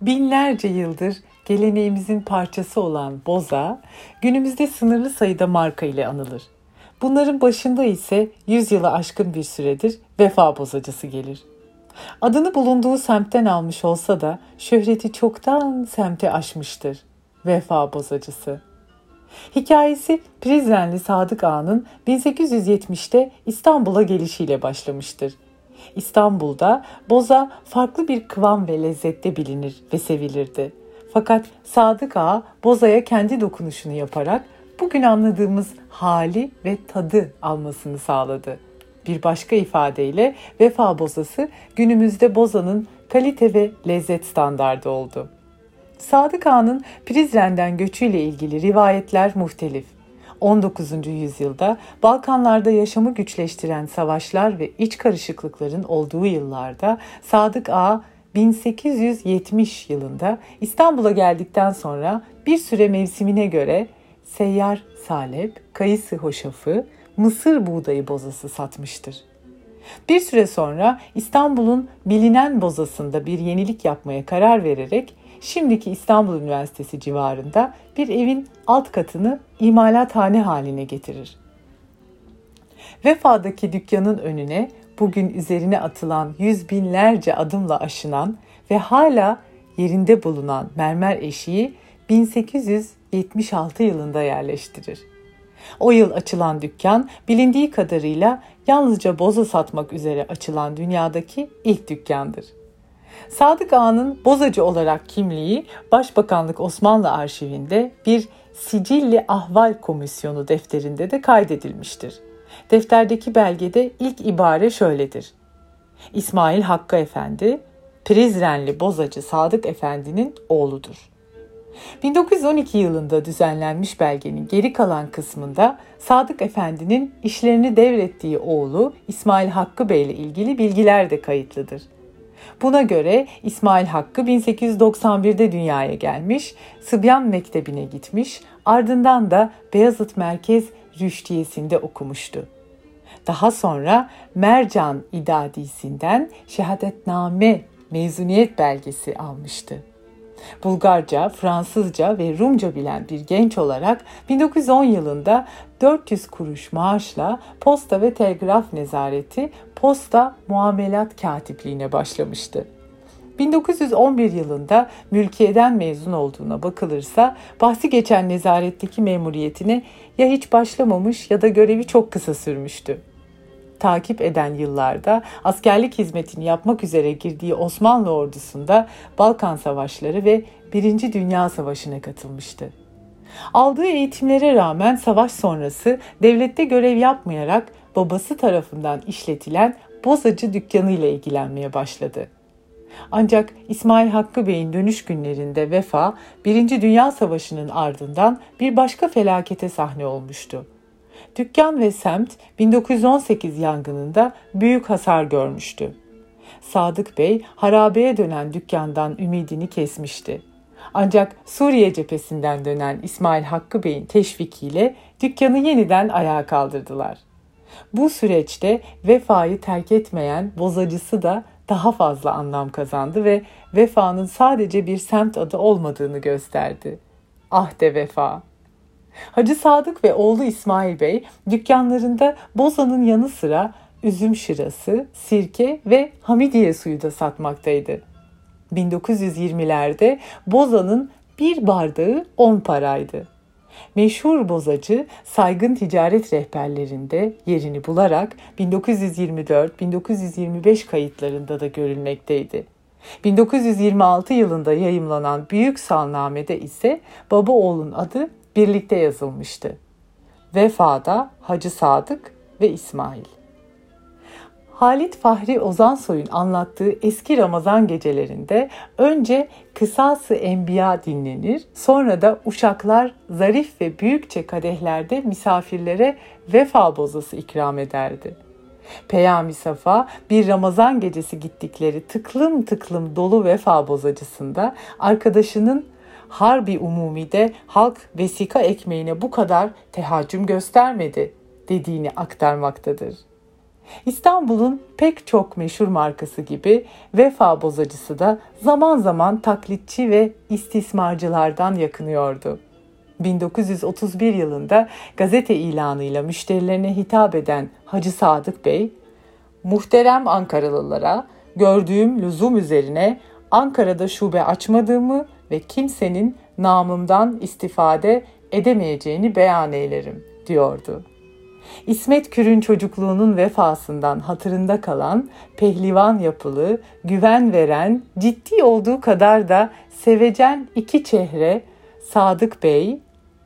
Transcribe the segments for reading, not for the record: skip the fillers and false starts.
Binlerce yıldır geleneğimizin parçası olan boza, günümüzde sınırlı sayıda marka ile anılır. Bunların başında ise 100 yılı aşkın bir süredir Vefa Bozacısı gelir. Adını bulunduğu semtten almış olsa da şöhreti çoktan semti aşmıştır. Vefa Bozacısı. Hikayesi Prizrenli Sadık Ağa'nın 1870'te İstanbul'a gelişiyle başlamıştır. İstanbul'da boza farklı bir kıvam ve lezzette bilinir ve sevilirdi. Fakat Sadık Ağa bozaya kendi dokunuşunu yaparak bugün anladığımız hali ve tadı almasını sağladı. Bir başka ifadeyle Vefa Bozası günümüzde bozanın kalite ve lezzet standardı oldu. Sadık Ağa'nın Prizren'den göçüyle ilgili rivayetler muhtelif. 19. yüzyılda Balkanlarda yaşamı güçleştiren savaşlar ve iç karışıklıkların olduğu yıllarda Sadık Ağa 1870 yılında İstanbul'a geldikten sonra bir süre mevsimine göre seyyar salep, kayısı hoşafı, mısır buğdayı bozası satmıştır. Bir süre sonra İstanbul'un bilinen bozasında bir yenilik yapmaya karar vererek şimdiki İstanbul Üniversitesi civarında bir evin alt katını imalathane haline getirir. Vefa'daki dükkanın önüne bugün üzerine atılan yüz binlerce adımla aşınan ve hala yerinde bulunan mermer eşiği 1876 yılında yerleştirir. O yıl açılan dükkan bilindiği kadarıyla yalnızca boza satmak üzere açılan dünyadaki ilk dükkandır. Sadık Ağa'nın bozacı olarak kimliği Başbakanlık Osmanlı Arşivinde bir Sicilli Ahval Komisyonu defterinde de kaydedilmiştir. Defterdeki belgede ilk ibare şöyledir: İsmail Hakkı Efendi, Prizrenli bozacı Sadık Efendi'nin oğludur. 1912 yılında düzenlenmiş belgenin geri kalan kısmında Sadık Efendi'nin işlerini devrettiği oğlu İsmail Hakkı Bey ile ilgili bilgiler de kayıtlıdır. Buna göre İsmail Hakkı 1891'de dünyaya gelmiş, Sıbyan Mektebi'ne gitmiş, ardından da Beyazıt Merkez Rüştiyesi'nde okumuştu. Daha sonra Mercan İdadisi'nden şehadetname mezuniyet belgesi almıştı. Bulgarca, Fransızca ve Rumca bilen bir genç olarak 1910 yılında 400 kuruş maaşla posta ve telgraf nezareti, posta muamelat katipliğine başlamıştı. 1911 yılında mülkiyeden mezun olduğuna bakılırsa bahsi geçen nezaretteki memuriyetine ya hiç başlamamış ya da görevi çok kısa sürmüştü. Takip eden yıllarda askerlik hizmetini yapmak üzere girdiği Osmanlı ordusunda Balkan Savaşları ve 1. Dünya Savaşı'na katılmıştı. Aldığı eğitimlere rağmen savaş sonrası devlette görev yapmayarak babası tarafından işletilen bozacı dükkanı ile ilgilenmeye başladı. Ancak İsmail Hakkı Bey'in dönüş günlerinde Vefa, 1. Dünya Savaşı'nın ardından bir başka felakete sahne olmuştu. Dükkan ve semt 1918 yangınında büyük hasar görmüştü. Sadık Bey harabeye dönen dükkandan ümidini kesmişti. Ancak Suriye cephesinden dönen İsmail Hakkı Bey'in teşvikiyle dükkanı yeniden ayağa kaldırdılar. Bu süreçte Vefa'yı terk etmeyen bozacısı da daha fazla anlam kazandı ve Vefa'nın sadece bir semt adı olmadığını gösterdi. Ahde Vefa. Hacı Sadık ve oğlu İsmail Bey dükkanlarında bozanın yanı sıra üzüm şırası, sirke ve hamidiye suyu da satmaktaydı. 1920'lerde bozanın bir bardağı 10 paraydı. Meşhur bozacı saygın ticaret rehberlerinde yerini bularak 1924-1925 kayıtlarında da görülmekteydi. 1926 yılında yayımlanan Büyük Salname'de ise baba oğlun adı birlikte yazılmıştı. Vefa'da Hacı Sadık ve İsmail. Halit Fahri Ozansoy'un anlattığı eski Ramazan gecelerinde önce Kısas-ı Enbiya dinlenir, sonra da uşaklar zarif ve büyükçe kadehlerde misafirlere Vefa bozası ikram ederdi. Peyami Safa bir Ramazan gecesi gittikleri tıklım tıklım dolu Vefa bozacısında arkadaşının Harbi Umumi'de halk vesika ekmeğine bu kadar tehaccüm göstermedi dediğini aktarmaktadır. İstanbul'un pek çok meşhur markası gibi Vefa Bozacısı da zaman zaman taklitçi ve istismarcılardan yakınıyordu. 1931 yılında gazete ilanıyla müşterilerine hitap eden Hacı Sadık Bey, "Muhterem Ankaralılara gördüğüm lüzum üzerine Ankara'da şube açmadığımı ve kimsenin namımdan istifade edemeyeceğini beyan eylerim," diyordu. İsmet Kür'ün çocukluğunun vefasından hatırında kalan, pehlivan yapılı, güven veren, ciddi olduğu kadar da sevecen iki çehre Sadık Bey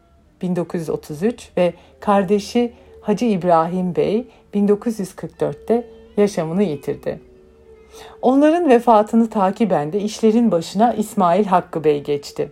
1933 ve kardeşi Hacı İbrahim Bey 1944'te yaşamını yitirdi. Onların vefatını takiben de işlerin başına İsmail Hakkı Bey geçti.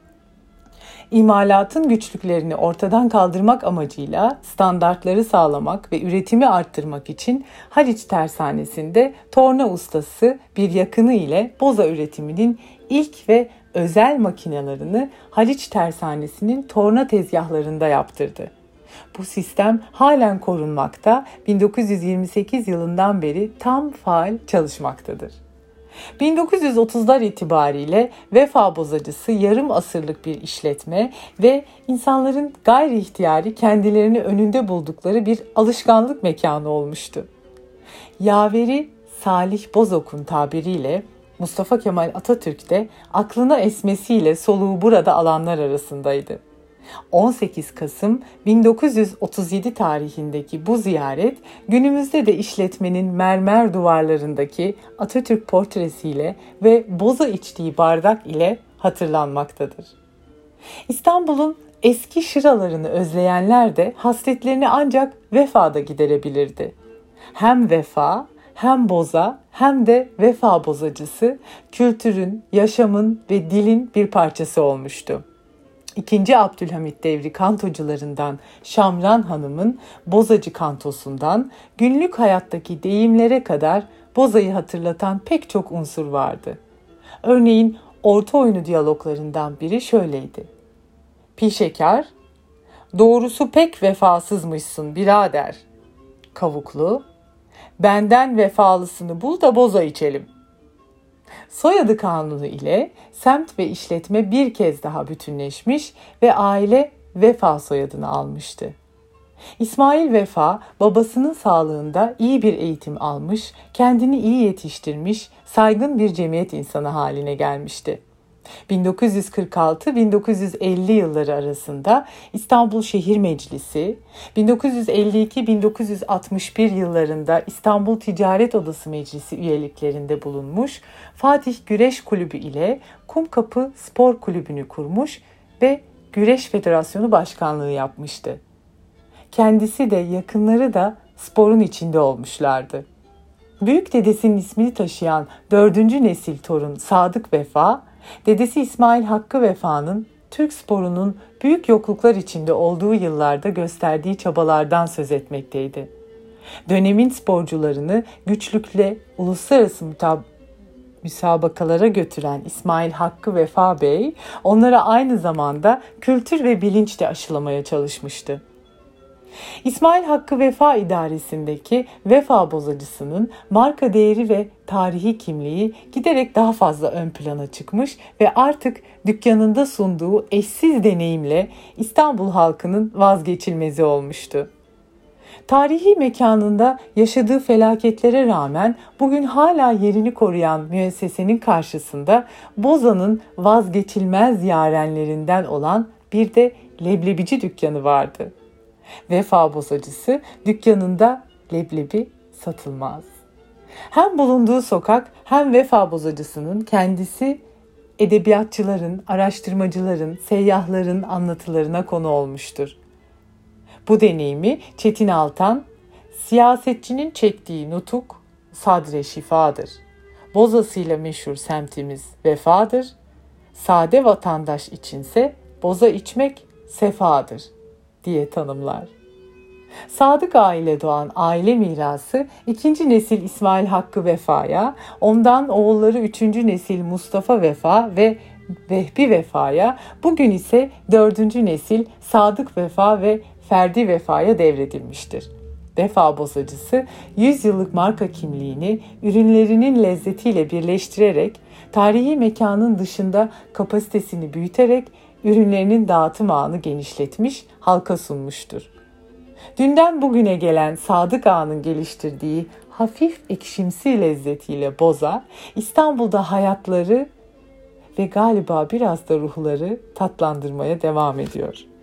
İmalatın güçlüklerini ortadan kaldırmak amacıyla standartları sağlamak ve üretimi arttırmak için Haliç Tersanesi'nde torna ustası bir yakını ile boza üretiminin ilk ve özel makinalarını Haliç Tersanesi'nin torna tezgahlarında yaptırdı. Bu sistem halen korunmakta, 1928 yılından beri tam faal çalışmaktadır. 1930'lar itibariyle Vefa Bozacısı yarım asırlık bir işletme ve insanların gayri ihtiyari kendilerini önünde buldukları bir alışkanlık mekanı olmuştu. Yaveri Salih Bozok'un tabiriyle Mustafa Kemal Atatürk de aklına esmesiyle soluğu burada alanlar arasındaydı. 18 Kasım 1937 tarihindeki bu ziyaret günümüzde de işletmenin mermer duvarlarındaki Atatürk portresiyle ve boza içtiği bardak ile hatırlanmaktadır. İstanbul'un eski şıralarını özleyenler de hasretlerini ancak Vefa'da giderebilirdi. Hem Vefa, hem boza, hem de Vefa Bozacısı kültürün, yaşamın ve dilin bir parçası olmuştu. II. Abdülhamit devri kantocularından Şamran Hanım'ın Bozacı kantosundan günlük hayattaki deyimlere kadar bozayı hatırlatan pek çok unsur vardı. Örneğin orta oyunu diyaloglarından biri şöyleydi. Pişekar, "Doğrusu pek vefasızmışsın birader." Kavuklu, "Benden vefalısını bul da boza içelim." Soyadı kanunu ile semt ve işletme bir kez daha bütünleşmiş ve aile Vefa soyadını almıştı. İsmail Vefa babasının sağlığında iyi bir eğitim almış, kendini iyi yetiştirmiş, saygın bir cemiyet insanı haline gelmişti. 1946-1950 yılları arasında İstanbul Şehir Meclisi, 1952-1961 yıllarında İstanbul Ticaret Odası Meclisi üyeliklerinde bulunmuş, Fatih Güreş Kulübü ile Kumkapı Spor Kulübü'nü kurmuş ve Güreş Federasyonu Başkanlığı yapmıştı. Kendisi de yakınları da sporun içinde olmuşlardı. Büyük dedesinin ismini taşıyan 4. nesil torun Sadık Vefa, dedesi İsmail Hakkı Vefa'nın Türk sporunun büyük yokluklar içinde olduğu yıllarda gösterdiği çabalardan söz etmekteydi. Dönemin sporcularını güçlükle uluslararası müsabakalara götüren İsmail Hakkı Vefa Bey, onlara aynı zamanda kültür ve bilinç de aşılamaya çalışmıştı. İsmail Hakkı Vefa idaresindeki Vefa Bozacısı'nın marka değeri ve tarihi kimliği giderek daha fazla ön plana çıkmış ve artık dükkanında sunduğu eşsiz deneyimle İstanbul halkının vazgeçilmezi olmuştu. Tarihi mekanında yaşadığı felaketlere rağmen bugün hala yerini koruyan müessesenin karşısında Boza'nın vazgeçilmez yarenlerinden olan bir de leblebici dükkanı vardı. Vefa Bozacısı dükkanında leblebi satılmaz. Hem bulunduğu sokak hem Vefa Bozacısı'nın kendisi edebiyatçıların, araştırmacıların, seyyahların anlatılarına konu olmuştur. Bu deneyimi Çetin Altan, "Siyasetçinin çektiği nutuk sadre şifadır. Bozasıyla meşhur semtimiz vefadır. Sade vatandaş içinse boza içmek sefadır" diye tanımlar. Sadık aile doğan aile mirası 2. nesil İsmail Hakkı Vefa'ya, ondan oğulları 3. nesil Mustafa Vefa ve Vehbi Vefa'ya, bugün ise 4. nesil Sadık Vefa ve Ferdi Vefa'ya devredilmiştir. Vefa Bozacısı 100 yıllık marka kimliğini ürünlerinin lezzetiyle birleştirerek, tarihi mekanın dışında kapasitesini büyüterek ürünlerinin dağıtım ağını genişletmiş, halka sunmuştur. Dünden bugüne gelen Sadık Ağa'nın geliştirdiği hafif ekşimsi lezzetiyle boza, İstanbul'da hayatları ve galiba biraz da ruhları tatlandırmaya devam ediyor.